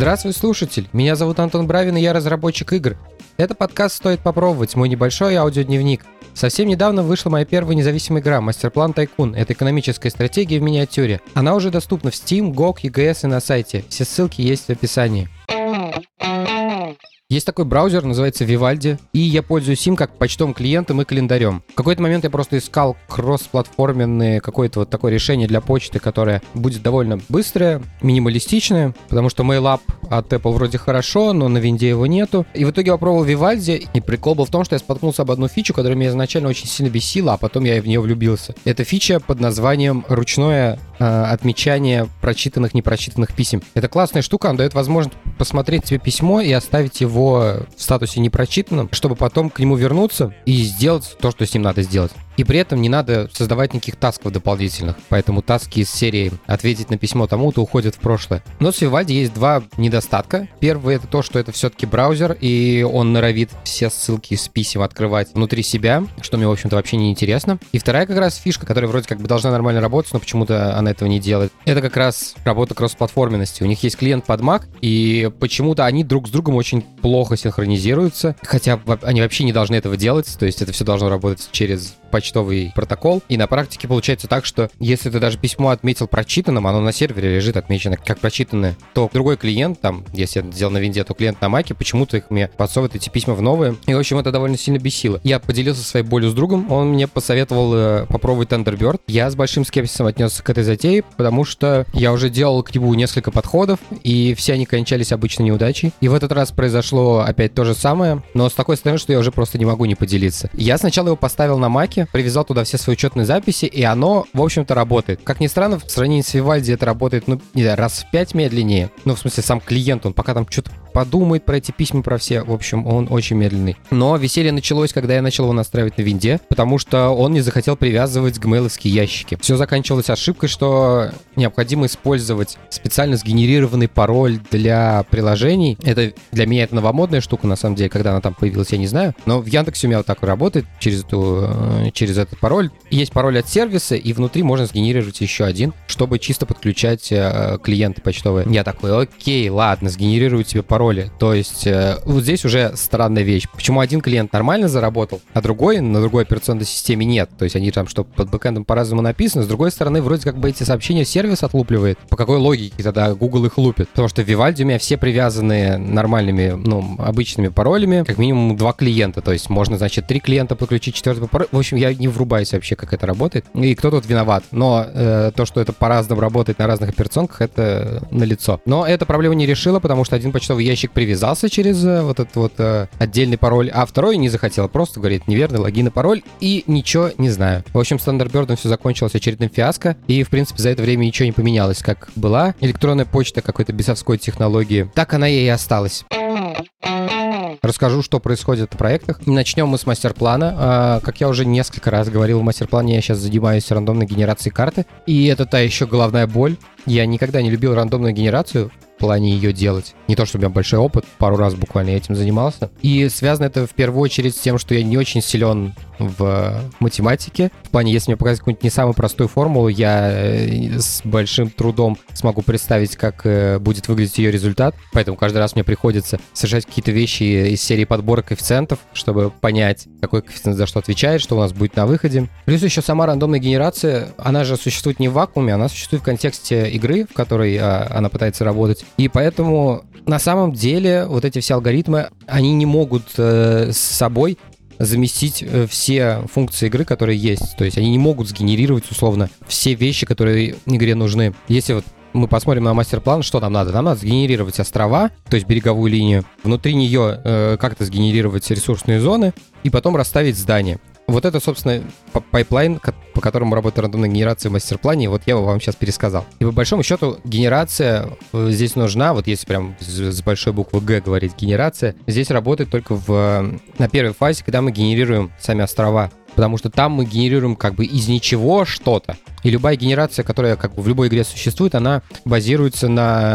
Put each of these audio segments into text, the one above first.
Здравствуй, слушатель! Меня зовут Антон Бравин, и я разработчик игр. Это подкаст «Стоит попробовать», мой небольшой аудиодневник. Совсем недавно вышла моя первая независимая игра «Мастерплан Тайкун». Это экономическая стратегия в миниатюре. Она уже доступна в Steam, GOG, EGS и на сайте. Все ссылки есть в описании. Есть такой браузер, называется Vivaldi, и я пользуюсь им как почтовым клиентом и календарем. В какой-то момент я просто искал кроссплатформенное какое-то вот такое решение для почты, которое будет довольно быстрое, минималистичное, потому что MailUp от Apple вроде хорошо, но на винде его нету. И в итоге я попробовал Vivaldi, и прикол был в том, что я споткнулся об одну фичу, которая меня изначально очень сильно бесила, а потом я в нее влюбился. Это фича под названием «Ручное отмечание прочитанных, непрочитанных писем». Это классная штука, она дает возможность посмотреть тебе письмо и оставить его в статусе непрочитанном, чтобы потом к нему вернуться и сделать то, что с ним надо сделать. И при этом не надо создавать никаких тасков дополнительных, поэтому таски из серии «ответить на письмо тому-то» уходят в прошлое. Но с Vivaldi есть два недостатка. Первый — это то, что это все-таки браузер, и он норовит все ссылки с писем открывать внутри себя, что мне, в общем-то, вообще не интересно. И вторая как раз фишка, которая вроде как бы должна нормально работать, но почему-то она этого не делает, это как раз работа кроссплатформенности. У них есть клиент под Mac, и почему-то они друг с другом очень плохо синхронизируются, хотя они вообще не должны этого делать, то есть это все должно работать через почтовый протокол. И на практике получается так, что если ты даже письмо отметил прочитанным, оно на сервере лежит отмечено как прочитанное, то другой клиент, там, если я сделал на винде, то клиент на маке, почему-то их мне подсовывает эти письма в новые. И, в общем, это довольно сильно бесило. Я поделился своей болью с другом, он мне посоветовал попробовать Thunderbird. Я с большим скепсисом отнесся к этой затее, потому что я уже делал к нему несколько подходов, и все они кончались обычно неудачей. И в этот раз произошло опять то же самое, но с такой стороны, что я уже просто не могу не поделиться. Я сначала его поставил на маке, привязал туда все свои учетные записи, и оно, в общем-то, работает. Как ни странно, в сравнении с Vivaldi это работает, не знаю, раз в 5 медленнее. Ну, в смысле, сам клиент, он пока там что-то подумает про эти письма, про все. В общем, он очень медленный. Но веселье началось, когда я начал его настраивать на винде, потому что он не захотел привязывать гмейловские ящики. Все заканчивалось ошибкой, что необходимо использовать специально сгенерированный пароль для приложений. Это для меня это новомодная штука, на самом деле, когда она там появилась, я не знаю. Но в Яндексе у меня вот так работает через этот пароль. Есть пароль от сервиса, и внутри можно сгенерировать еще один, чтобы чисто подключать клиенты почтовые. Я такой, окей, ладно, сгенерирую тебе пароли. То есть вот здесь уже странная вещь. Почему один клиент нормально заработал, а другой на другой операционной системе нет? То есть они там, что под бэкэндом по-разному написано. С другой стороны, вроде как бы эти сообщения сервис отлупливает. По какой логике тогда Google их лупит? Потому что в Vivaldi у меня все привязаны нормальными, обычными паролями, как минимум 2 клиента. То есть можно, значит, 3 клиента подключить, 4-й пароль. В общем, я не врубаюсь вообще, как это работает. И кто тут виноват. Но то, что это по-разному работает на разных операционках, это налицо. Но эта проблема не решила, потому что один почтовый ящик привязался через вот этот вот отдельный пароль, а второй не захотел. Просто говорит, неверный логин и пароль, и ничего не знаю. В общем, с Thunderbird все закончилось очередным фиаско, и, в принципе, за это время ничего не поменялось. Как была электронная почта какой-то бесовской технологии, так она и осталась. Расскажу, что происходит в проектах. Начнем мы с мастер-плана. Как я уже несколько раз говорил, в мастер-плане я сейчас занимаюсь рандомной генерацией карты. И это та еще головная боль. Я никогда не любил рандомную генерацию в плане ее делать. Не то, что у меня большой опыт, пару раз буквально я этим занимался. И связано это в первую очередь с тем, что я не очень силен в математике. В плане, если мне показать какую-нибудь не самую простую формулу, я с большим трудом смогу представить, как будет выглядеть ее результат. Поэтому каждый раз мне приходится совершать какие-то вещи из серии подбора коэффициентов, чтобы понять, какой коэффициент за что отвечает, что у нас будет на выходе. Плюс еще сама рандомная генерация, она же существует не в вакууме, она существует в контексте игры, в которой она пытается работать. И поэтому на самом деле вот эти все алгоритмы, они не могут с собой заместить все функции игры, которые есть. То есть они не могут сгенерировать, условно, все вещи, которые игре нужны. Если вот мы посмотрим на мастер-план, что нам надо? Нам надо сгенерировать острова, то есть береговую линию, внутри нее как-то сгенерировать ресурсные зоны и потом расставить здания. Вот это, собственно, пайплайн, по которому работает рандомная генерация в мастер-плане, вот я вам сейчас пересказал. И по большому счету генерация здесь нужна, вот если прям с большой буквы «Г» говорить генерация, здесь работает только на первой фазе, когда мы генерируем сами острова. Потому что там мы генерируем как бы из ничего что-то. И любая генерация, которая как бы в любой игре существует, она базируется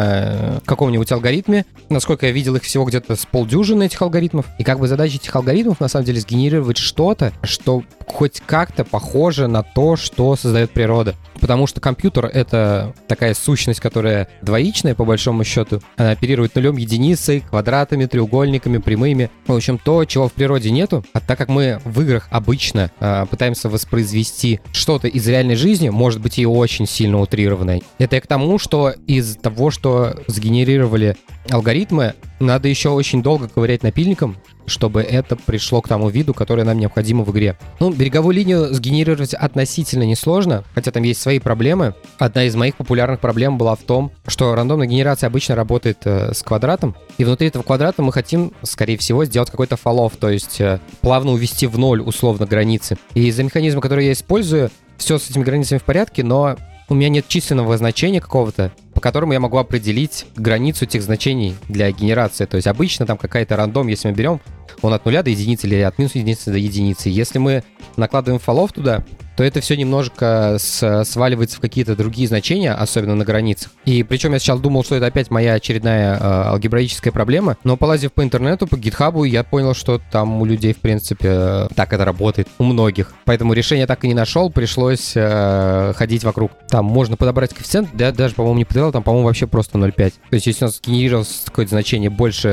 на каком-нибудь алгоритме. Насколько я видел, их всего где-то с полдюжины этих алгоритмов. И как бы задача этих алгоритмов, на самом деле, сгенерировать что-то, что хоть как-то похоже на то, что создает природа. Потому что компьютер — это такая сущность, которая двоичная, по большому счету. Она оперирует нулем, единицей, квадратами, треугольниками, прямыми. В общем, то, чего в природе нету. А так как мы в играх обычно пытаемся воспроизвести что-то из реальной жизни, может быть и очень сильно утрированное. Это и к тому, что из того, что сгенерировали алгоритмы, надо еще очень долго ковырять напильником, чтобы это пришло к тому виду, который нам необходимо в игре. Ну, береговую линию сгенерировать относительно несложно, хотя там есть свои проблемы. Одна из моих популярных проблем была в том, что рандомная генерация обычно работает с квадратом, и внутри этого квадрата мы хотим, скорее всего, сделать какой-то fall-off, то есть плавно увести в ноль, условно, границы. И из-за механизма, который я использую, все с этими границами в порядке, но у меня нет численного значения какого-то, по которому я могу определить границу этих значений для генерации. То есть обычно там какая-то рандом, если мы берем, он от 0 до единицы или от минус единицы до единицы. Если мы накладываем фолов туда, то это все немножко сваливается в какие-то другие значения, особенно на границах. И причем я сначала думал, что это опять моя очередная алгебраическая проблема, но полазив по интернету, по гитхабу, я понял, что там у людей, в принципе, так это работает, у многих. Поэтому решение так и не нашел, пришлось ходить вокруг. Там можно подобрать коэффициент, да, даже, по-моему, не подобрал, там, по-моему, вообще просто 0,5. То есть, если у нас генерировалось какое-то значение больше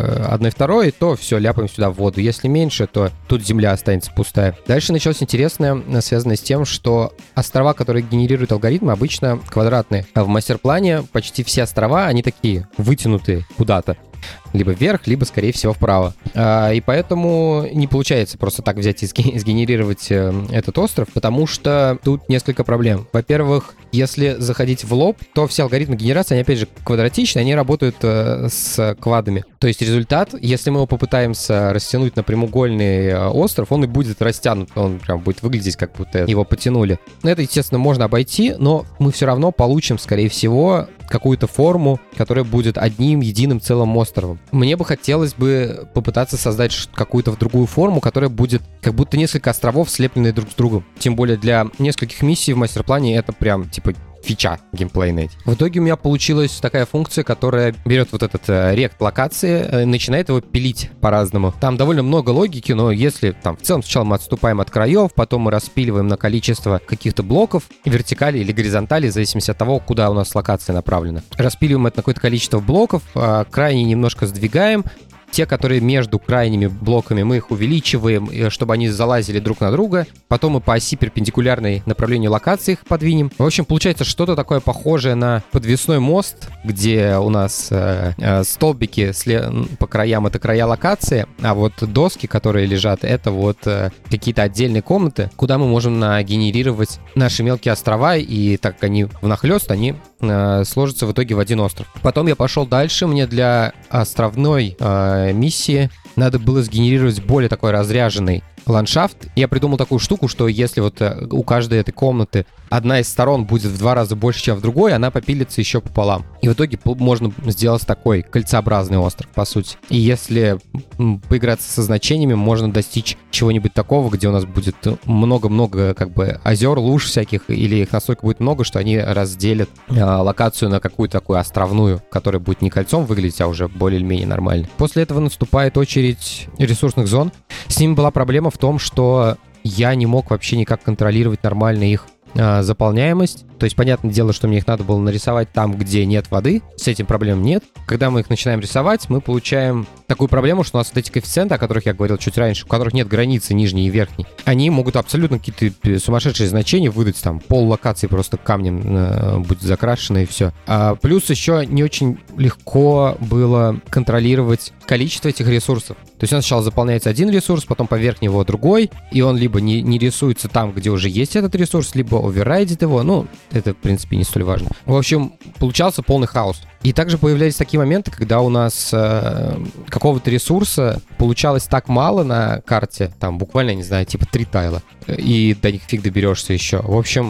1/2, то все, ляпаем сюда в воду. Если меньше, то тут земля останется пустая. Дальше началось интересное, связанное с тем, что острова, которые генерируют алгоритмы, обычно квадратные. А в мастер-плане почти все острова, они такие, вытянутые куда-то. Либо вверх, либо, скорее всего, вправо. И поэтому не получается просто так взять и сгенерировать этот остров, потому что тут несколько проблем. Во-первых, если заходить в лоб, то все алгоритмы генерации, они, опять же, квадратичные, они работают с квадами. То есть результат, если мы его попытаемся растянуть на прямоугольный остров, он и будет растянут, он прям будет выглядеть, как будто его потянули. Это, естественно, можно обойти, но мы все равно получим, скорее всего, какую-то форму, которая будет одним единым целым островом. Мне бы хотелось бы попытаться создать какую-то другую форму, которая будет как будто несколько островов, слепленные друг с другом. Тем более для нескольких миссий в мастер-плане это прям типа фича геймплейная. В итоге у меня получилась такая функция, которая берет вот этот рект локации, начинает его пилить по-разному. Там довольно много логики, но если там в целом сначала мы отступаем от краев, потом мы распиливаем на количество каких-то блоков, вертикали или горизонтали, в зависимости от того, куда у нас локация направлена. Распиливаем это на какое-то количество блоков, крайне немножко сдвигаем. Те, которые между крайними блоками, мы их увеличиваем, чтобы они залазили друг на друга. Потом мы по оси перпендикулярной направлению локации их подвинем. В общем, получается что-то такое похожее на подвесной мост, где у нас столбики по краям — это края локации, а вот доски, которые лежат, это вот какие-то отдельные комнаты, куда мы можем нагенерировать наши мелкие острова, и так как они внахлёст, они сложатся в итоге в один остров. Потом я пошел дальше. Мне для островной миссии надо было сгенерировать более такой разряженный ландшафт. Я придумал такую штуку, что если вот у каждой этой комнаты одна из сторон будет в 2 раза больше, чем в другой, она попилится еще пополам. И в итоге можно сделать такой кольцеобразный остров, по сути. И если поиграться со значениями, можно достичь чего-нибудь такого, где у нас будет много-много как бы озер, луж всяких, или их настолько будет много, что они разделят локацию на какую-то такую островную, которая будет не кольцом выглядеть, а уже более-менее нормально. После этого наступает очередь ресурсных зон. С ними была проблема в том, что я не мог вообще никак контролировать нормально их заполняемость. То есть, понятное дело, что мне их надо было нарисовать там, где нет воды. С этим проблем нет. Когда мы их начинаем рисовать, мы получаем такую проблему, что у нас вот эти коэффициенты, о которых я говорил чуть раньше, у которых нет границы нижней и верхней, они могут абсолютно какие-то сумасшедшие значения выдать. Там пол локации просто камнем будет закрашено и все. Плюс еще не очень легко было контролировать количество этих ресурсов. То есть он сначала заполняется один ресурс, потом поверх него другой, и он либо не рисуется там, где уже есть этот ресурс, либо оверрайдит его. Ну, это, в принципе, не столь важно. В общем, получался полный хаос. И также появлялись такие моменты, когда у нас какого-то ресурса получалось так мало на карте, там буквально, не знаю, типа 3 тайла, и до них фиг доберешься еще. В общем,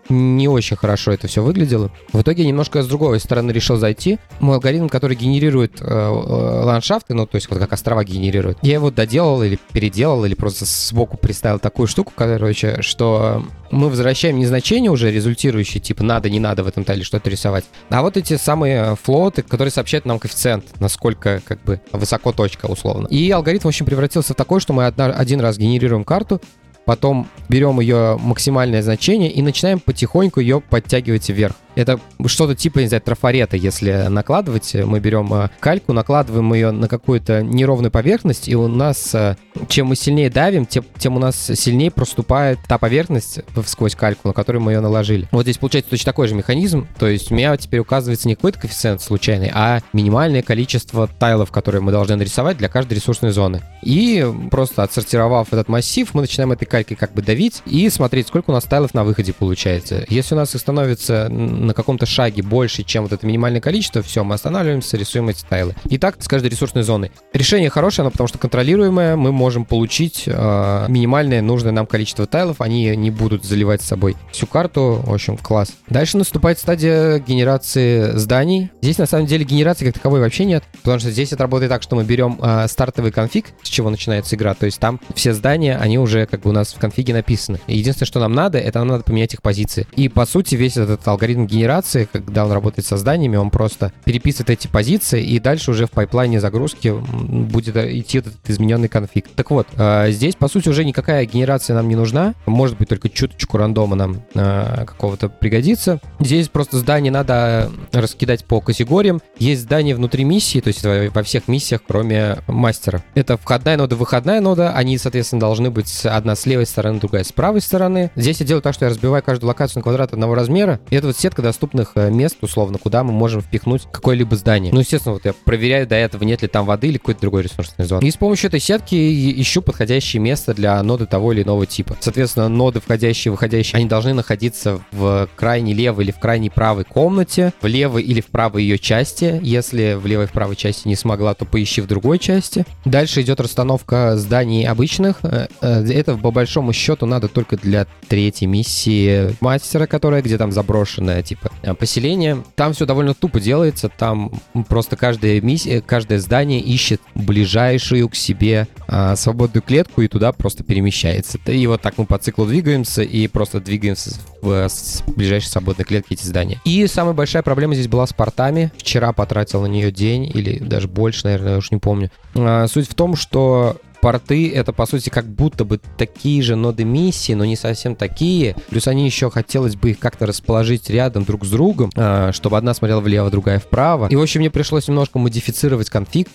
не очень хорошо это все выглядело. В итоге я немножко с другой стороны решил зайти. Мой алгоритм, который генерирует ландшафты, ну, то есть вот как острова генерирует, я его доделал или переделал, или просто сбоку приставил такую штуку, короче, что мы возвращаем не значение уже результирующее, типа надо, не надо в этом тайле что-то рисовать, а вот эти самые флоты, которые сообщают нам коэффициент, насколько как бы высоко точка условно. И алгоритм, в общем, превратился в такой, что мы один раз генерируем карту, потом берем ее максимальное значение и начинаем потихоньку ее подтягивать вверх. Это что-то типа, не знаю, трафарета, если накладывать. Мы берем кальку, накладываем ее на какую-то неровную поверхность, и у нас, чем мы сильнее давим, тем у нас сильнее проступает та поверхность сквозь кальку, на которую мы ее наложили. Вот здесь получается точно такой же механизм. То есть у меня теперь указывается не какой-то коэффициент случайный, а минимальное количество тайлов, которые мы должны нарисовать для каждой ресурсной зоны. И просто отсортировав этот массив, мы начинаем этой калькой как бы давить и смотреть, сколько у нас тайлов на выходе получается. Если у нас их становится на каком-то шаге больше, чем вот это минимальное количество, все, мы останавливаемся, рисуем эти тайлы. И так с каждой ресурсной зоной. Решение хорошее, оно потому что контролируемое, мы можем получить минимальное нужное нам количество тайлов, они не будут заливать с собой всю карту, в общем, класс. Дальше наступает стадия генерации зданий. Здесь на самом деле генерации как таковой вообще нет, потому что здесь это работает так, что мы берем стартовый конфиг, с чего начинается игра, то есть там все здания, они уже как бы у нас в конфиге написаны. Единственное, что нам надо, это нам надо поменять их позиции. И по сути весь этот алгоритм генерации, когда он работает со зданиями, он просто переписывает эти позиции, и дальше уже в пайплайне загрузки будет идти этот измененный конфиг. Так вот, здесь, по сути, уже никакая генерация нам не нужна. Может быть, только чуточку рандома нам какого-то пригодится. Здесь просто здание надо раскидать по категориям. Есть здания внутри миссии, то есть во всех миссиях, кроме мастера. Это входная нода, выходная нода. Они, соответственно, должны быть одна с левой стороны, другая с правой стороны. Здесь я делаю так, что я разбиваю каждую локацию на квадрат одного размера. И это вот сетка доступных мест, условно, куда мы можем впихнуть какое-либо здание. Ну, естественно, вот я проверяю до этого, нет ли там воды или какой-то другой ресурсной зоны. И с помощью этой сетки ищу подходящее место для ноды того или иного типа. Соответственно, ноды входящие и выходящие, они должны находиться в крайней левой или в крайней правой комнате, в левой или в правой ее части. Если в левой и в правой части не смогла, то поищи в другой части. Дальше идет расстановка зданий обычных. Это, по большому счету, надо только для третьей миссии мастера, которая где там заброшенная, типа, поселение. Там все довольно тупо делается. Там просто каждая миссия, каждое здание ищет ближайшую к себе свободную клетку и туда просто перемещается. И вот так мы по циклу двигаемся и просто двигаемся в ближайшей свободной клетке эти здания. И самая большая проблема здесь была с портами. Вчера потратил на нее день или даже больше, наверное, я уж не помню. Суть в том, что порты — это, по сути, как будто бы такие же ноды миссии, но не совсем такие. Плюс они еще хотелось бы их как-то расположить рядом друг с другом, чтобы одна смотрела влево, другая вправо. И, в общем, мне пришлось немножко модифицировать конфиг,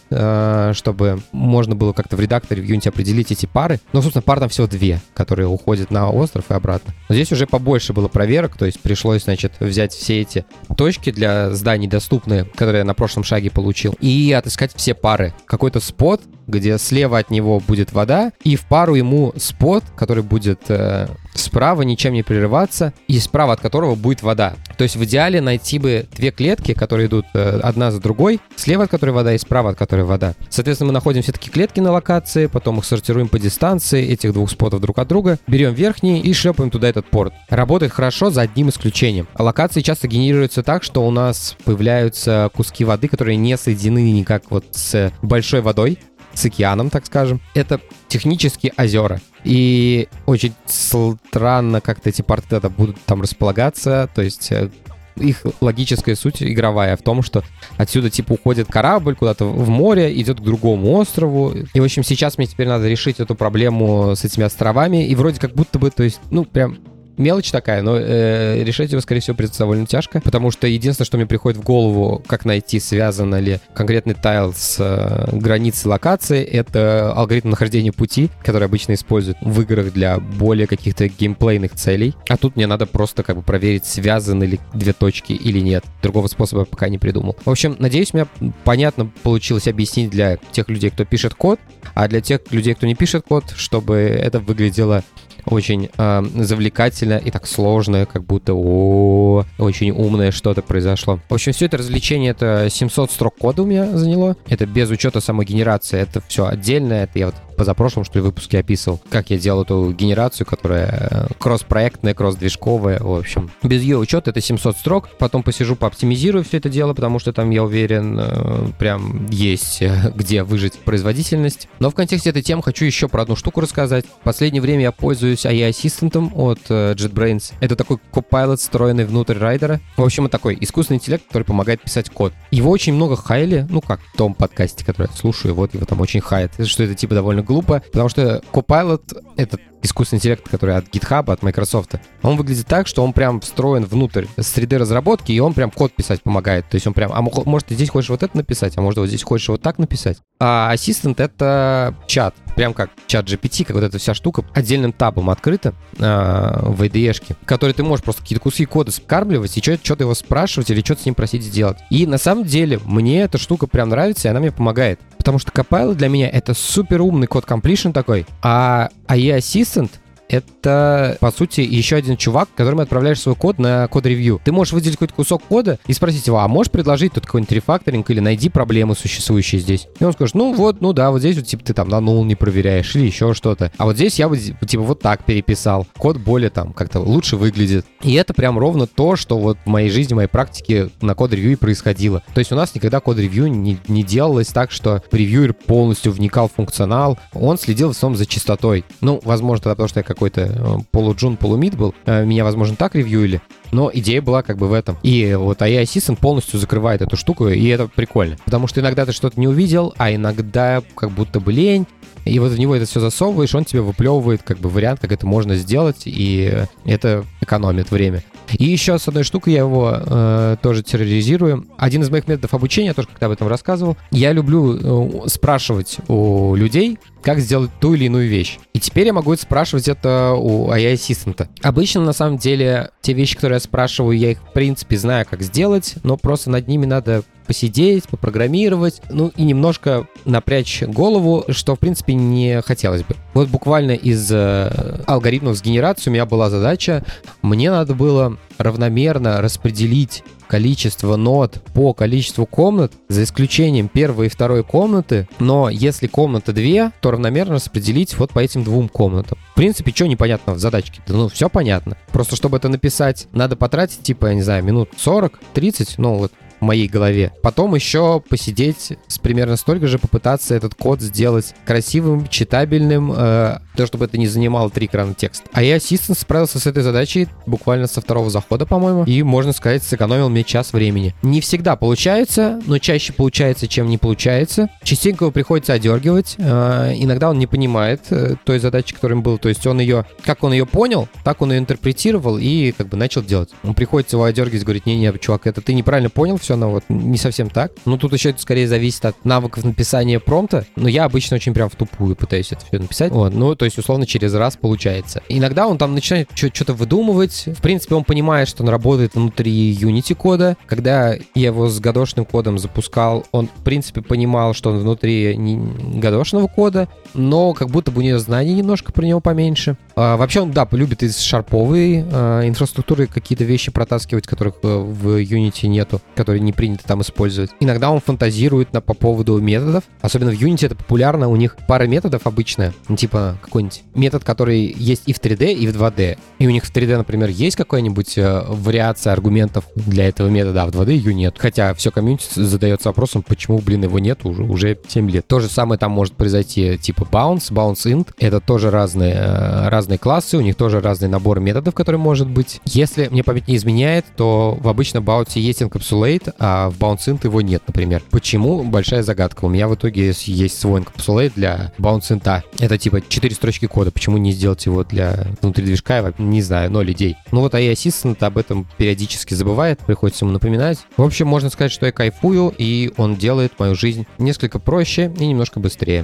чтобы можно было как-то в редакторе в Unity определить эти пары. Но, собственно, пар там всего две, которые уходят на остров и обратно. Но здесь уже побольше было проверок, то есть пришлось, значит, взять все эти точки для зданий доступные, которые я на прошлом шаге получил, и отыскать все пары. Какой-то спот, где слева от него будет вода, и в пару ему спот, который будет справа, ничем не прерываться, и справа от которого будет вода. То есть в идеале найти бы две клетки, которые идут одна за другой, слева от которой вода и справа от которой вода. Соответственно, мы находим все-таки клетки на локации, потом их сортируем по дистанции этих двух спотов друг от друга, берем верхний и шлепаем туда этот порт. Работает хорошо за одним исключением. Локации часто генерируются так, что у нас появляются куски воды, которые не соединены никак вот с большой водой, с океаном, так скажем. Это технически озера. И очень странно как-то эти порты тогда будут там располагаться. То есть их логическая суть игровая в том, что отсюда типа уходит корабль куда-то в море, идет к другому острову. И, в общем, сейчас мне теперь надо решить эту проблему с этими островами. И вроде как будто бы, то есть, ну, прям... Мелочь такая, но решать его, скорее всего, придется довольно тяжко, потому что единственное, что мне приходит в голову, как найти, связан ли конкретный тайл с границей локации, это алгоритм нахождения пути, который обычно используют в играх для более каких-то геймплейных целей. А тут мне надо просто как бы проверить, связаны ли две точки или нет. Другого способа я пока не придумал. В общем, надеюсь, у меня понятно получилось объяснить для тех людей, кто пишет код, а для тех людей, кто не пишет код, чтобы это выглядело очень завлекательно и так сложно, как будто очень умное что-то произошло. В общем, все это развлечение, это 700 строк кода у меня заняло. Это без учета самой генерации, это все отдельно. Это я вот позапрошлом, что ли, выпуске описывал, как я делал эту генерацию, которая кросс-проектная, кросс-движковая, в общем. Без ее учета это 700 строк, потом посижу, пооптимизирую все это дело, потому что там, я уверен, прям есть где выжать производительность. Но в контексте этой темы хочу еще про одну штуку рассказать. В последнее время я пользуюсь AI Assistant от JetBrains. Это такой Copilot, встроенный внутрь райдера. В общем, это такой искусственный интеллект, который помогает писать код. Его очень много хайли, ну, как в том подкасте, который я слушаю, вот его там очень хайт. Что это типа довольно глупо, потому что Copilot — это искусственный интеллект, который от GitHub, от Microsoft, он выглядит так, что он прям встроен внутрь среды разработки, и он прям код писать помогает. То есть он прям, может, ты здесь хочешь вот это написать, а может, вот здесь хочешь вот так написать. А Assistant — это чат, прям как чат GPT, как вот эта вся штука, отдельным табом открыта в IDE-шке, который ты можешь просто какие-то куски кода скармливать и что-то его спрашивать или что-то с ним просить сделать. И на самом деле мне эта штука прям нравится, и она мне помогает. Потому что Copilot для меня это супер умный код completion такой, а AI Assistant — это, по сути, еще один чувак, которому отправляешь свой код на код-ревью. Ты можешь выделить какой-то кусок кода и спросить его, а можешь предложить тут какой-нибудь рефакторинг или найди проблемы, существующие здесь. И он скажет, ну вот, ну да, вот здесь вот типа ты там на null не проверяешь или еще что-то. А вот здесь я вот типа вот так переписал. Код более там как-то лучше выглядит. И это прям ровно то, что вот в моей жизни, в моей практике на код-ревью и происходило. То есть у нас никогда код-ревью не делалось так, что ревьюер полностью вникал в функционал. Он следил в основном за чистотой. Ну, возможно, тогда потому что я какой-то полуджун, полумид был. Меня, возможно, так ревьюили. Но идея была как бы в этом. И вот AI Assistant полностью закрывает эту штуку, и это прикольно. Потому что иногда ты что-то не увидел, а иногда как будто бы лень. И вот в него это все засовываешь, он тебе выплевывает как бы вариант, как это можно сделать, и это экономит время. И еще с одной штукой я его тоже терроризирую. Один из моих методов обучения, я тоже как-то об этом рассказывал. Я люблю спрашивать у людей, как сделать ту или иную вещь. И теперь я могу спрашивать это у AI Assistant. Обычно, на самом деле, те вещи, которые я спрашиваю, я их, в принципе, знаю, как сделать, но просто над ними надо посидеть, попрограммировать, ну и немножко напрячь голову, что, в принципе, не хотелось бы. Вот буквально из алгоритмов с генерацией у меня была задача, мне надо было равномерно распределить количество нод по количеству комнат, за исключением первой и второй комнаты, но если комната 2, то равномерно распределить вот по этим 2 комнатам. В принципе, что непонятно в задачке? Да, ну, все понятно. Просто чтобы это написать, надо потратить, типа, я не знаю, минут 40-30, ну, вот, в моей голове. Потом еще посидеть примерно столько же, попытаться этот код сделать красивым, читабельным, то, чтобы это не занимало 3 экрана текста. А я Assistant справился с этой задачей буквально со 2-го захода, по-моему, и, можно сказать, сэкономил мне час времени. Не всегда получается, но чаще получается, чем не получается. Частенько его приходится одергивать. Иногда он не понимает той задачи, которая им была. То есть он ее, как он ее понял, так он ее интерпретировал и как бы начал делать. Он приходится его одергивать, говорит, не, чувак, это ты неправильно понял, все, но вот не совсем так. Но тут еще это скорее зависит от навыков написания промпта. Но я обычно очень прям втупую пытаюсь это все написать. Вот, ну, то есть, условно, через раз получается. Иногда он там начинает что-то выдумывать. В принципе, он понимает, что он работает внутри Unity кода. Когда я его с годошным кодом запускал, он, в принципе, понимал, что он внутри годошного кода, но как будто бы у него знаний немножко про него поменьше. Вообще он, да, любит из шарповой инфраструктуры какие-то вещи протаскивать, которых в Unity нету, которые не принято там использовать. Иногда он фантазирует по поводу методов. Особенно в Unity это популярно. У них пара методов обычная. Ну, типа какой-нибудь метод, который есть и в 3D, и в 2D. И у них в 3D, например, есть какая-нибудь вариация аргументов для этого метода, а в 2D ее нет. Хотя все комьюнити задается вопросом, почему, его нет уже 7 лет. То же самое там может произойти типа bounce int. Это тоже разные классы, у них тоже разный набор методов, который может быть. Если мне память не изменяет, то в обычном bounce есть encapsulate, а в bounce int его нет, например. Почему? Большая загадка. У меня в итоге есть свой encapsulate для bounce int. Это типа 4 строчки кода. Почему не сделать его для внутри движка? Не знаю, 0 идей. Ну вот AI Assistant об этом периодически забывает, приходится ему напоминать. В общем, можно сказать, что я кайфую, и он делает мою жизнь несколько проще и немножко быстрее.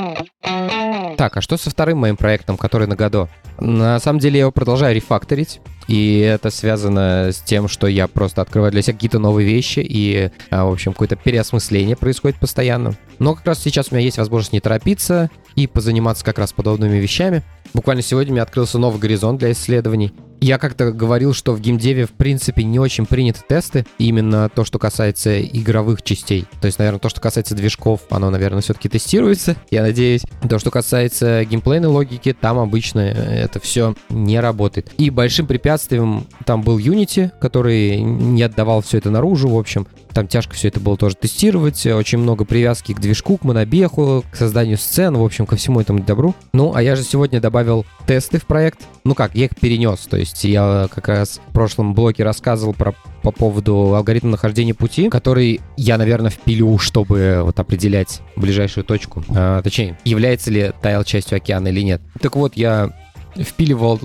Так, а что со вторым моим проектом, который на Godot? На самом деле я его продолжаю рефакторить, и это связано с тем, что я просто открываю для себя какие-то новые вещи, и, в общем, какое-то переосмысление происходит постоянно. Но как раз сейчас у меня есть возможность не торопиться и позаниматься как раз подобными вещами. Буквально сегодня у меня открылся новый горизонт для исследований. Я как-то говорил, что в геймдеве в принципе не очень приняты тесты, именно то, что касается игровых частей. То есть, наверное, то, что касается движков, оно, наверное, все-таки тестируется, я надеюсь. То, что касается геймплейной логики, там обычно это все не работает. И большим препятствием там был Unity, который не отдавал все это наружу, в общем. Там тяжко все это было тоже тестировать, очень много привязки к движку, к монобеху, к созданию сцен, в общем, ко всему этому добру. Ну, а я же сегодня добавил тесты в проект. Ну как, я их перенес, то есть я как раз в прошлом блоке рассказывал по поводу алгоритма нахождения пути, который я, наверное, впилю, чтобы вот определять ближайшую точку. Точнее, является ли тайл частью океана или нет. Так вот, я впиливал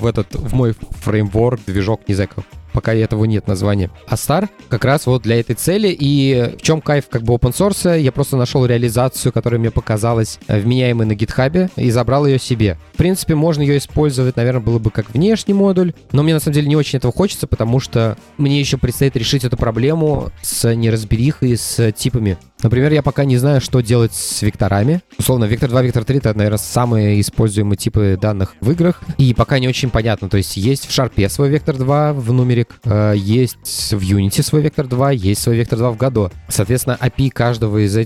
в мой фреймворк, движок, не знаю, пока этого нет названия, Astar как раз вот для этой цели. И в чем кайф как бы open source? Я просто нашел реализацию, которая мне показалась вменяемой на GitHub, и забрал ее себе. В принципе, можно ее использовать, наверное, было бы как внешний модуль, но мне на самом деле не очень этого хочется, потому что мне еще предстоит решить эту проблему с неразберихой, с типами. Например, я пока не знаю, что делать с векторами. Условно, вектор 2, вектор 3 — это, наверное, самые используемые типы данных в играх. И пока не очень понятно. То есть есть в Sharp свой вектор 2 в нумерик, есть в Unity свой вектор 2, есть свой вектор 2 в Godot. Соответственно, API каждой из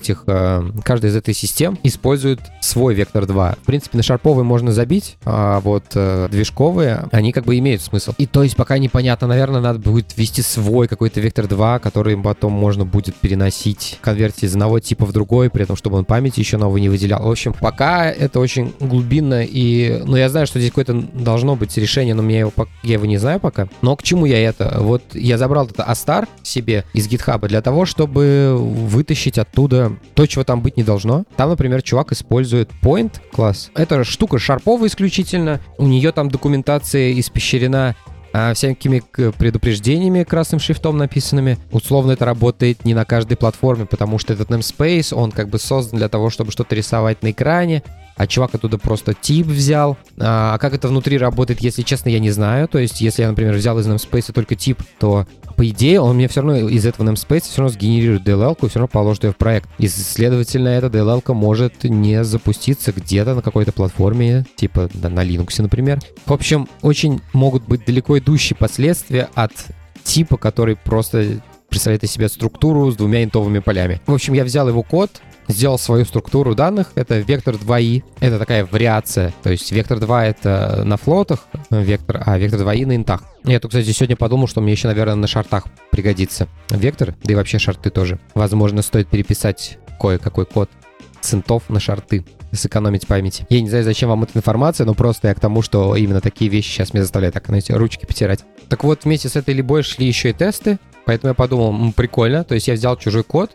этой систем использует свой вектор 2. В принципе, на шарповые можно забить, а вот движковые, они как бы имеют смысл. И то есть пока непонятно, наверное, надо будет ввести свой какой-то вектор 2, который потом можно будет переносить, конвертить из одного типа в другой, при этом, чтобы он памяти еще новый не выделял. В общем, пока это очень глубинно, ну, я знаю, что здесь какое-то должно быть решение, но я его не знаю пока. Но к чему я это? Вот я забрал это Astar себе из GitHub для того, чтобы вытащить оттуда то, чего там быть не должно. Там, например, чувак использует Point класс. Это штука шарповая исключительно. У нее там документация испещрена всякими предупреждениями красным шрифтом написанными. Условно это работает не на каждой платформе, потому что этот namespace, он как бы создан для того, чтобы что-то рисовать на экране, а чувак оттуда просто тип взял. А как это внутри работает, если честно, я не знаю. То есть, если я, например, взял из namespace только тип, то, по идее, он мне все равно из этого namespace все равно сгенерирует DLL-ку и все равно положит ее в проект. И, следовательно, эта DLL-ка может не запуститься где-то на какой-то платформе, типа на Linux, например. В общем, очень могут быть далеко идущие последствия от типа, который просто представляет из себя структуру с двумя интовыми полями. В общем, я взял его код, сделал свою структуру данных. Это вектор 2i. Это такая вариация. То есть вектор 2 это на флотах вектор, а вектор 2i на интах. Я тут, кстати, сегодня подумал, что мне еще, наверное, на шартах пригодится вектор, да и вообще шарты тоже. Возможно, стоит переписать кое-какой код с интов на шарты, сэкономить память. Я не знаю, зачем вам эта информация, но просто я к тому, что именно такие вещи сейчас меня заставляют так, знаете, ручки потирать. Так вот, вместе с этой либой шли еще и тесты, поэтому я подумал, прикольно, то есть я взял чужой код,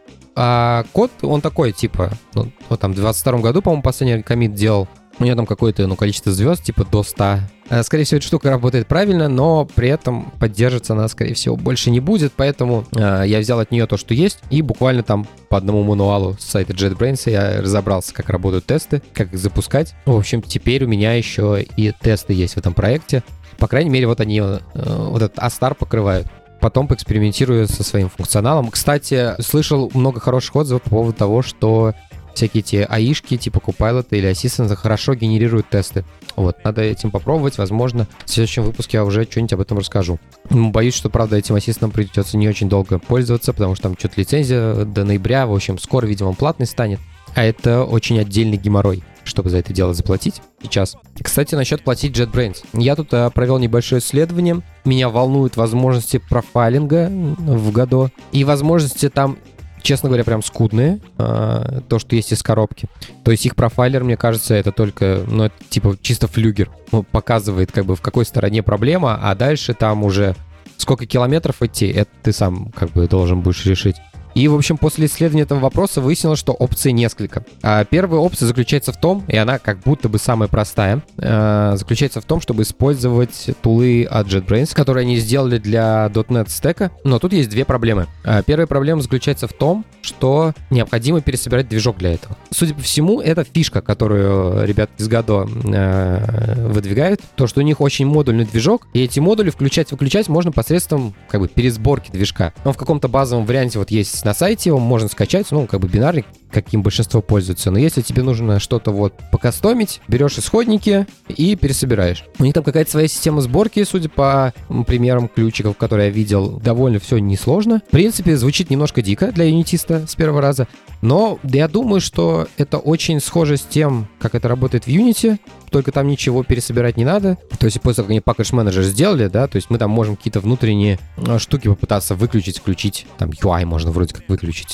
а код, он такой, типа, вот там в 22 году, по-моему, последний коммит делал, у него там какое-то, количество звезд, типа до 100. Скорее всего, эта штука работает правильно, но при этом поддерживаться она, скорее всего, больше не будет, поэтому я взял от нее то, что есть, и буквально там по одному мануалу с сайта JetBrains я разобрался, как работают тесты, как их запускать. В общем, теперь у меня еще и тесты есть в этом проекте. По крайней мере, вот они, вот этот Astar покрывают. Потом поэкспериментирую со своим функционалом. Кстати, слышал много хороших отзывов по поводу того, что всякие эти АИшки типа Copilot или Assistant хорошо генерируют тесты. Вот, надо этим попробовать. Возможно, в следующем выпуске я уже что-нибудь об этом расскажу. Боюсь, что, правда, этим ассистентом придется не очень долго пользоваться, потому что там что-то лицензия до ноября. В общем, скоро, видимо, он платный станет. А это очень отдельный геморрой, чтобы за это дело заплатить сейчас. Кстати, насчет платить JetBrains. Я тут провел небольшое исследование. Меня волнуют возможности профайлинга в Godot. И возможности там, честно говоря, прям скудные. То, что есть из коробки. То есть их профайлер, мне кажется, это только, это типа чисто флюгер. Показывает, как бы, в какой стороне проблема, а дальше там уже сколько километров идти, это ты сам как бы должен будешь решить. И, в общем, после исследования этого вопроса выяснилось, что опций несколько. Первая опция заключается в том, и она как будто бы самая простая, заключается в том, чтобы использовать тулы от JetBrains, которые они сделали для .NET стека. Но тут есть две проблемы. Первая проблема заключается в том, что необходимо пересобирать движок для этого. Судя по всему, это фишка, которую ребята из Godot выдвигают, то, что у них очень модульный движок, и эти модули включать-выключать можно посредством как бы пересборки движка. Но в каком-то базовом варианте вот есть есть на сайте, его можно скачать, бинарник, каким большинство пользуется. Но если тебе нужно что-то покастомить, берешь исходники и пересобираешь. У них там какая-то своя система сборки, судя по примерам ключиков, которые я видел, довольно все несложно. В принципе, звучит немножко дико для юнитиста с первого раза, но я думаю, что это очень схоже с тем, как это работает в Unity, только там ничего пересобирать не надо. То есть после того, как они Package Manager сделали, да, то есть мы там можем какие-то внутренние штуки попытаться выключить, включить. Там UI можно вроде как выключить,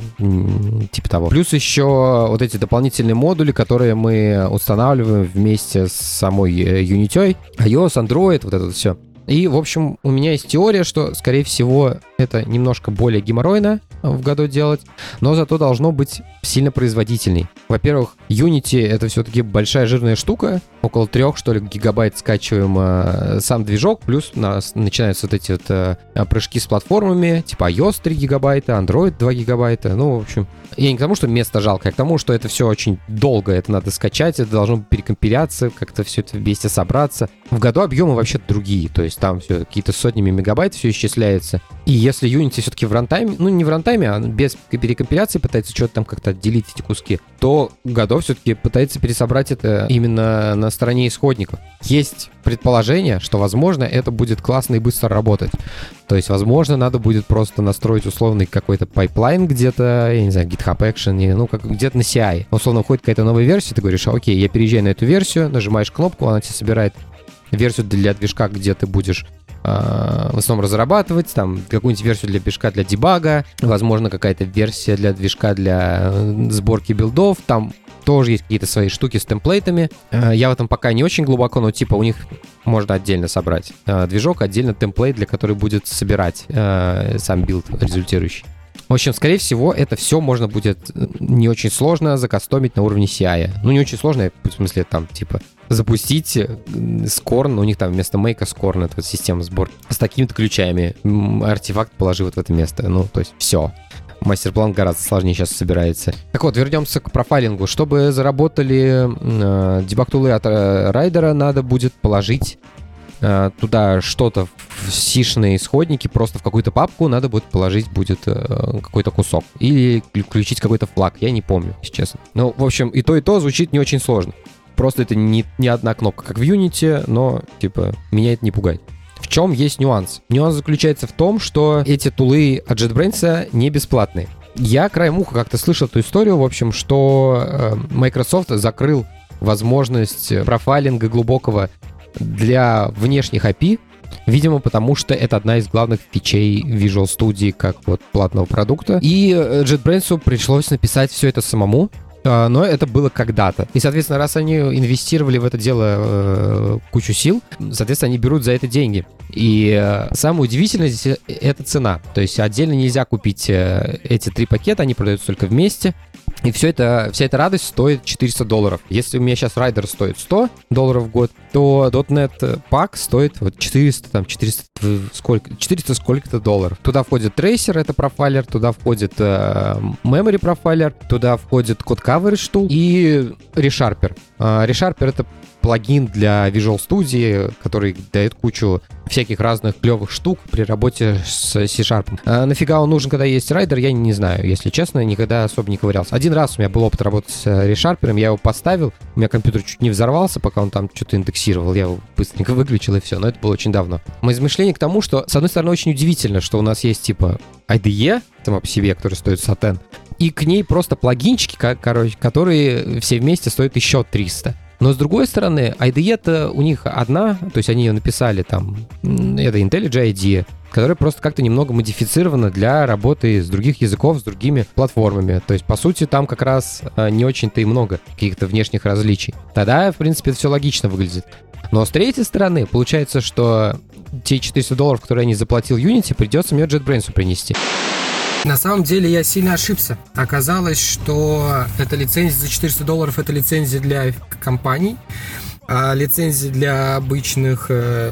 типа того. Плюс еще вот эти дополнительные модули, которые мы устанавливаем вместе с самой Unity, iOS, Android, вот это все. И, в общем, у меня есть теория, что, скорее всего, это немножко более геморройно в году делать, но зато должно быть сильно производительней. Во-первых, Unity — это все-таки большая жирная штука, около 3, что ли, гигабайт скачиваем сам движок, плюс у нас начинаются вот эти прыжки с платформами, типа iOS 3 гигабайта, Android 2 гигабайта, в общем... Я не к тому, что место жалко, а к тому, что это все очень долго, это надо скачать, это должно перекомпиляться, как-то все это вместе собраться. В году объемы вообще другие, то есть там все какие-то сотнями мегабайт все исчисляется. И если Unity все-таки в рантайме, не в рантайме, а без перекомпиляции пытается что-то там как-то отделить эти куски, то Godot все-таки пытается пересобрать это именно на стороне исходников. Есть предположение, что, возможно, это будет классно и быстро работать. То есть, возможно, надо будет просто настроить условный какой-то пайплайн где-то, я не знаю, GitHub Action, как где-то на CI. Условно, уходит какая-то новая версия, ты говоришь, окей, я переезжаю на эту версию, нажимаешь кнопку, она тебе собирает версию для движка, где ты будешь в основном разрабатывать, там какую-нибудь версию для движка для дебага, возможно, какая-то версия для движка для сборки билдов, там тоже есть какие-то свои штуки с темплейтами. Я в этом пока не очень глубоко, но типа у них можно отдельно собрать движок, отдельно темплейт, для который будет собирать сам билд результирующий. В общем, скорее всего, это все можно будет не очень сложно закастомить на уровне CI. Не очень сложно, в смысле, там, типа, запустить Scorn, у них там вместо мейка Scorn, это система сборки, с такими-то ключами, артефакт положи вот в это место, то есть все. Мастер-план гораздо сложнее сейчас собирается. Так вот, вернемся к профайлингу. Чтобы заработали дебаг-тулы от райдера, надо будет положить туда что-то в сишные исходники, просто в какую-то папку надо будет положить какой-то кусок. Или включить какой-то флаг, я не помню, если честно. В общем, и то звучит не очень сложно. Просто это не одна кнопка, как в Unity, но, меня это не пугает. В чем есть нюанс? Нюанс заключается в том, что эти тулы от JetBrains не бесплатные. Я краем уха как-то слышал эту историю, в общем, что Microsoft закрыл возможность профайлинга глубокого для внешних API, видимо, потому что это одна из главных фичей Visual Studio как платного продукта. И JetBrains пришлось написать все это самому, но это было когда-то. И, соответственно, раз они инвестировали в это дело кучу сил, соответственно, они берут за это деньги. И самое удивительное здесь — это цена. То есть отдельно нельзя купить эти 3 пакета, они продаются только вместе. И вся эта радость стоит $400. Если у меня сейчас райдер стоит $100 в год, то .NET пак стоит 400 сколько-то долларов. Туда входит трейсер, это профайлер, туда входит memory профайлер, туда входит код coverage tool и ReSharper. ReSharper — это плагин для Visual Studio, который дает кучу всяких разных клевых штук при работе с C-Sharp. Нафига он нужен, когда есть райдер, я не знаю, если честно, никогда особо не ковырялся. Один раз у меня был опыт работы с ReSharper, я его поставил, у меня компьютер чуть не взорвался, пока он там что-то индексировал, я его быстренько выключил и все, но это было очень давно. Мои измышления к тому, что, с одной стороны, очень удивительно, что у нас есть типа IDE, сама по себе, который стоит сатен, и к ней просто плагинчики, которые все вместе стоят еще 300. Но, с другой стороны, IDE-то у них одна, то есть они ее написали там, это IntelliJ IDE, которая просто как-то немного модифицирована для работы с других языков, с другими платформами. То есть, по сути, там как раз не очень-то и много каких-то внешних различий. Тогда, в принципе, это все логично выглядит. Но, с третьей стороны, получается, что те $400, которые я не заплатил Unity, придется мне JetBrains принести. На самом деле я сильно ошибся. Оказалось, что эта лицензия за $400 это лицензия для компаний, а лицензия для обычных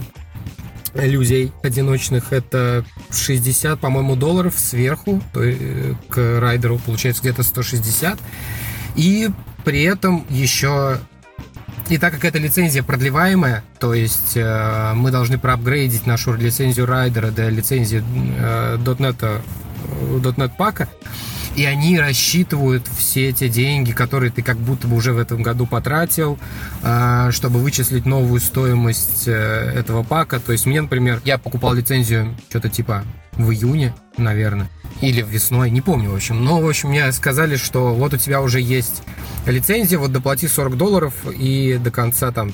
людей одиночных это 60, по-моему, долларов сверху, то есть к райдеру получается где-то 160. И при этом еще... И так как эта лицензия продлеваемая, то есть мы должны проапгрейдить нашу лицензию райдера до лицензии .NET .NET пака, и они рассчитывают все эти деньги, которые ты как будто бы уже в этом году потратил, чтобы вычислить новую стоимость этого пака. То есть мне, например, я покупал лицензию что-то типа в июне, наверное, или весной, не помню, в общем. Но, в общем, мне сказали, что вот у тебя уже есть лицензия, вот доплати $40, и до конца там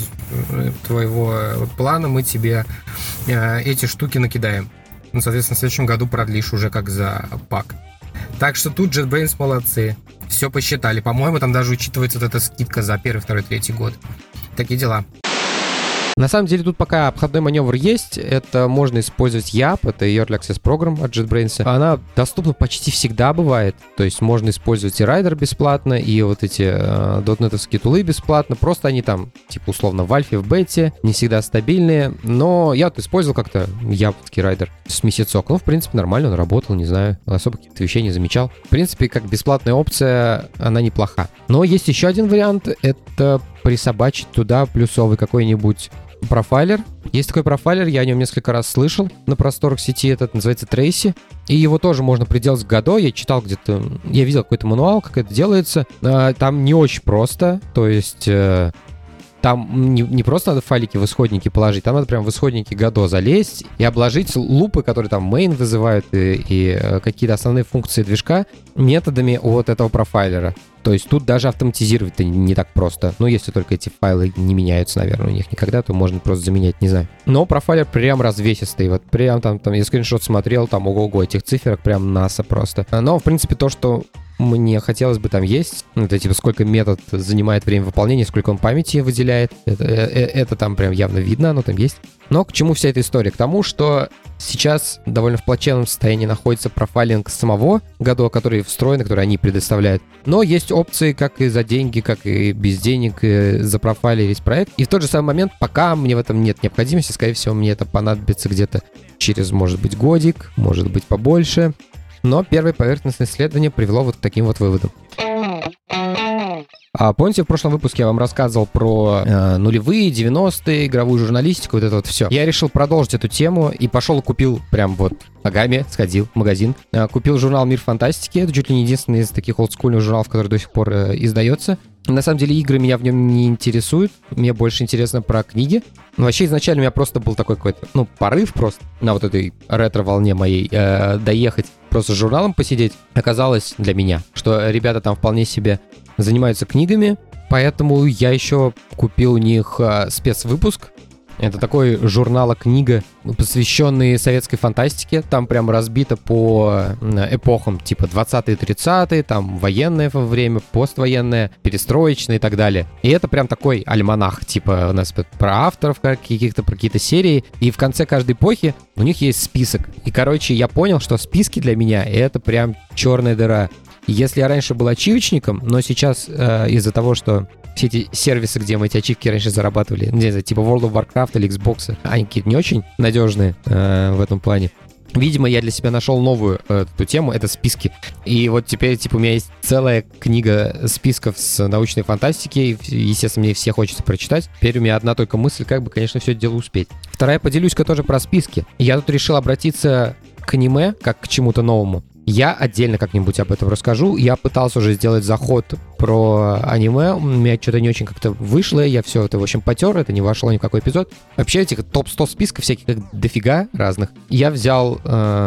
твоего плана мы тебе эти штуки накидаем. Ну, соответственно, в следующем году продлишь уже как за пак. Так что тут JetBrains молодцы. Все посчитали. По-моему, там даже учитывается вот эта скидка за первый, второй, третий год. Такие дела. На самом деле тут пока обходной маневр есть, это можно использовать YAP, это Early Access Program от JetBrains. Она доступна почти всегда бывает, то есть можно использовать и Rider бесплатно, и вот эти .NET-овские тулы бесплатно, просто они там, типа условно в альфе, в бете, не всегда стабильные, но я вот использовал как-то YAP-ский Rider с месяцок, ну, в принципе, нормально он работал, не знаю, особо каких-то вещей не замечал. В принципе, как бесплатная опция, она неплоха. Но есть еще один вариант, это присобачить туда плюсовый какой-нибудь профайлер. Есть такой профайлер, я о нем несколько раз слышал на просторах сети, этот называется Tracy, и его тоже можно приделать к Godot. Я читал где-то, я видел какой-то мануал, как это делается. Там не очень просто, то есть там не просто надо файлики в исходники положить, там надо прям в исходники Godot залезть и обложить лупы, которые там main вызывают, и какие-то основные функции движка методами от этого профайлера. То есть тут даже автоматизировать-то не так просто. Ну, если только эти файлы не меняются, наверное, у них никогда, то можно просто заменять, не знаю. Но профайлер прям развесистый. Вот прям там я скриншот смотрел, там ого-го, этих циферок прям NASA просто. Но, в принципе, то, что мне хотелось бы там есть, это типа сколько метод занимает время выполнения, сколько он памяти выделяет, это там прям явно видно, оно там есть. Но к чему вся эта история? К тому, что сейчас довольно в плачевном состоянии находится профайлинг самого Godot, который встроен, который они предоставляют. Но есть опции как и за деньги, как и без денег, и запрофайлить весь проект. И в тот же самый момент, пока мне в этом нет необходимости, скорее всего, мне это понадобится где-то через, может быть, годик, может быть, побольше. Но первое поверхностное исследование привело вот к таким вот выводам. Помните, в прошлом выпуске я вам рассказывал про нулевые, 90-е, игровую журналистику, вот это вот все. Я решил продолжить эту тему и пошел и купил прям вот ногами, сходил в магазин. Купил журнал «Мир фантастики». Это чуть ли не единственный из таких олдскульных журналов, который до сих пор издается. На самом деле игры меня в нем не интересуют. Мне больше интересно про книги. Но вообще изначально у меня просто был такой какой-то, порыв просто на вот этой ретро-волне моей доехать, просто с журналом посидеть. Оказалось для меня, что ребята там вполне себе занимаются книгами, поэтому я еще купил у них спецвыпуск. Это такой журнал-книга, посвященный советской фантастике. Там прям разбито по эпохам, типа 20-е, 30-е, там военное время, поствоенное, перестроечное и так далее. И это прям такой альманах, типа у нас про авторов каких-то, про какие-то серии. И в конце каждой эпохи у них есть список. И, короче, я понял, что списки для меня — это прям черная дыра. Если я раньше был ачивочником, но сейчас из-за того, что все эти сервисы, где мы эти ачивки раньше зарабатывали, не знаю, типа World of Warcraft или Xbox, они какие-то не очень надежные в этом плане. Видимо, я для себя нашел новую эту тему, это списки. И вот теперь, типа, у меня есть целая книга списков с научной фантастики. Естественно, мне все хочется прочитать. Теперь у меня одна только мысль, как бы, конечно, все это дело успеть. Вторая, поделюсь-ка тоже про списки. Я тут решил обратиться к аниме, как к чему-то новому. Я отдельно как-нибудь об этом расскажу. Я пытался уже сделать заход про аниме. У меня что-то не очень как-то вышло. Я все это, в общем, потер. Это не вошло ни в какой эпизод. Вообще этих топ-100 списков всяких дофига разных. Я взял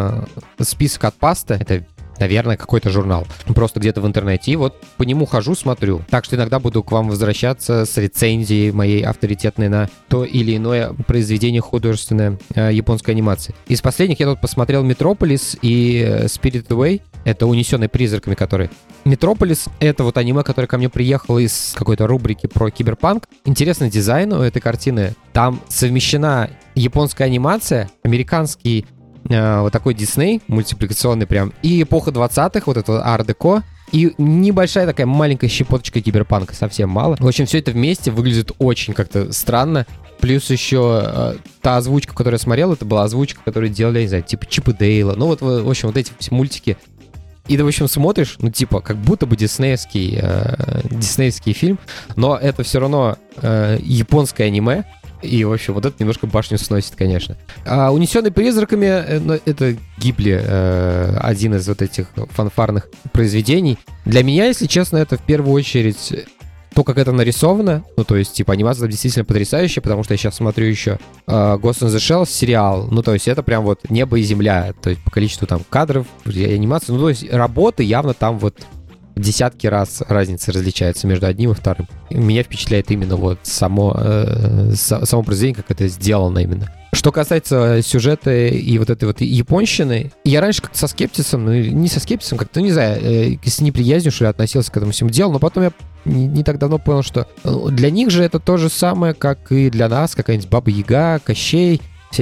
список от Паста. Это, наверное, какой-то журнал. Просто где-то в интернете. И вот по нему хожу, смотрю. Так что иногда буду к вам возвращаться с рецензией моей авторитетной на то или иное произведение художественной японской анимации. Из последних я тут посмотрел «Метрополис» и «Spirited Away». Это «Унесенный призраками», который... «Метрополис» — это вот аниме, которое ко мне приехало из какой-то рубрики про киберпанк. Интересный дизайн у этой картины. Там совмещена японская анимация, американский вот такой Дисней, мультипликационный прям, и эпоха 20-х, вот это арт-деко, и небольшая такая маленькая щепоточка киберпанка, совсем мало. В общем, все это вместе выглядит очень как-то странно. Плюс еще та озвучка, которую я смотрел, это была озвучка, которую делали, не знаю, типа Чип и Дейла. Ну вот, в общем, вот эти мультики. И ты, в общем, смотришь, типа, как будто бы диснеевский фильм, но это все равно японское аниме. И, в общем, вот это немножко башню сносит, конечно. А «Унесенный призраками» ну, это Гибли, один из вот этих фанфарных произведений. Для меня, если честно, это в первую очередь то, как это нарисовано. Ну, то есть, типа, анимация там действительно потрясающая, потому что я сейчас смотрю еще Ghost in the Shell сериал. Ну, то есть, это прям вот небо и земля. То есть, по количеству там кадров, анимации. Ну, то есть, работы явно там вот в десятки раз разница различается между одним и вторым. И меня впечатляет именно вот само произведение, как это сделано именно. Что касается сюжета и вот этой вот японщины, я раньше как-то со скепсисом, ну не со скепсисом, как-то, не знаю, с неприязнью, что ли, относился к этому всему делу, но потом я не так давно понял, что для них же это то же самое, как и для нас, какая-нибудь Баба-Яга, Кощей,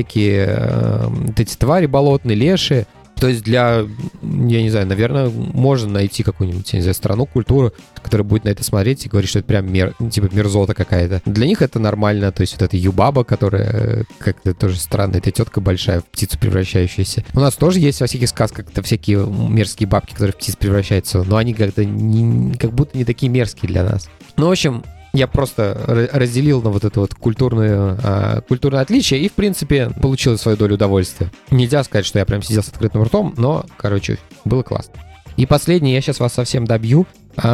всякие вот эти твари болотные, леши. То есть для, я не знаю, наверное, можно найти какую-нибудь, я не знаю, страну, культуру, которая будет на это смотреть и говорить, что это прям типа мерзота какая-то. Для них это нормально, то есть вот эта Юбаба, которая как-то тоже странная, это тетка большая, в птицу превращающаяся. У нас тоже есть во всяких сказках как-то всякие мерзкие бабки, которые в птиц превращаются, но они как-то как будто не такие мерзкие для нас. Ну, в общем, я просто разделил на вот это вот культурное отличие и, в принципе, получил свою долю удовольствия. Нельзя сказать, что я прям сидел с открытым ртом, но, короче, было классно. И последнее, я сейчас вас совсем добью.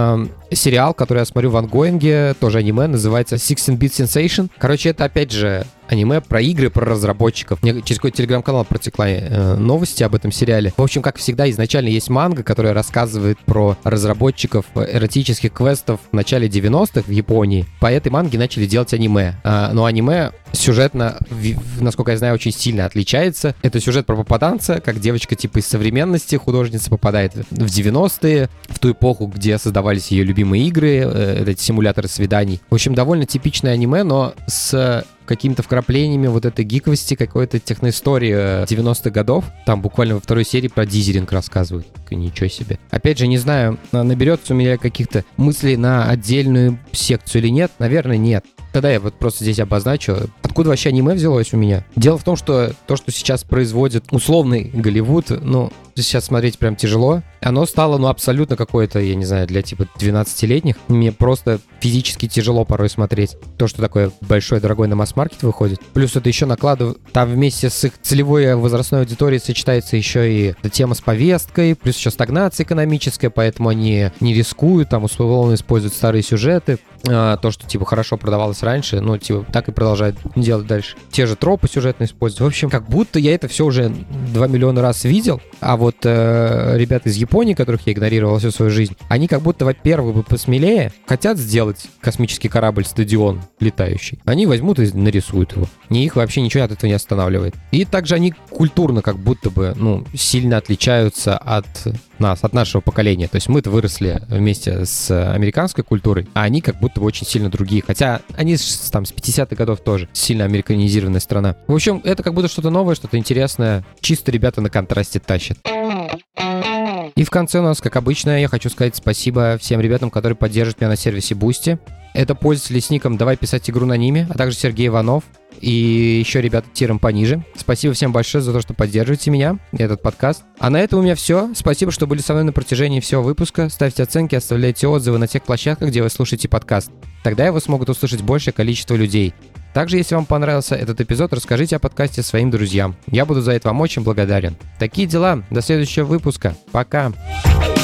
Сериал, который я смотрю в ангоинге, тоже аниме, называется 16-Bit Sensation. Короче, это опять же аниме про игры, про разработчиков. Мне через какой-то телеграм-канал протекла новости об этом сериале. В общем, как всегда, изначально есть манга, которая рассказывает про разработчиков эротических квестов в начале 90-х в Японии. По этой манге начали делать аниме. Но аниме сюжетно, насколько я знаю, очень сильно отличается. Это сюжет про попаданца, как девочка типа из современности, художница попадает в 90-е, в ту эпоху, где создавались ее любимые игры, эти симуляторы свиданий. В общем, довольно типичное аниме, но с какими-то вкраплениями вот этой гиковости, какой-то техноистории 90-х годов. Там буквально во второй серии про дизеринг рассказывают. Ничего себе. Опять же, не знаю, наберется у меня каких-то мыслей на отдельную секцию или нет. Наверное, нет. Тогда я вот просто здесь обозначу, откуда вообще аниме взялось у меня. Дело в том, что то, что сейчас производит условный Голливуд, ну, сейчас смотреть прям тяжело. Оно стало, ну, абсолютно какое-то, я не знаю, для типа 12-летних. Мне просто физически тяжело порой смотреть. То, что такое большой, дорогой на масс-маркет выходит. Плюс это еще накладывает, там вместе с их целевой возрастной аудиторией сочетается еще и тема с повесткой, плюс еще стагнация экономическая, поэтому они не рискуют, там условно используют старые сюжеты. То, что типа хорошо продавалось раньше, ну, типа так и продолжают делать дальше. Те же тропы сюжетные используют. В общем, как будто я это все уже 2 миллиона раз видел, а вот ребята из Японии, которых я игнорировал всю свою жизнь, они как будто, во-первых, посмелее хотят сделать космический корабль-стадион летающий. Они возьмут и нарисуют его. Их вообще ничего от этого не останавливает. И также они культурно как будто бы, ну, сильно отличаются от нас, от нашего поколения. То есть мы-то выросли вместе с американской культурой, а они как будто бы очень сильно другие. Хотя они там с 50-х годов тоже сильно американизированная страна. В общем, это как будто что-то новое, что-то интересное. Чисто ребята на контрасте тащат. И в конце у нас, как обычно, я хочу сказать спасибо всем ребятам, которые поддерживают меня на сервисе Boosty. Это пользователи с ником «Давай писать игру на ниме», а также Сергей Иванов и еще ребята тиром пониже. Спасибо всем большое за то, что поддерживаете меня и этот подкаст. А на этом у меня все. Спасибо, что были со мной на протяжении всего выпуска. Ставьте оценки, оставляйте отзывы на тех площадках, где вы слушаете подкаст. Тогда его смогут услышать большее количество людей. Также, если вам понравился этот эпизод, расскажите о подкасте своим друзьям. Я буду за это вам очень благодарен. Такие дела. До следующего выпуска. Пока.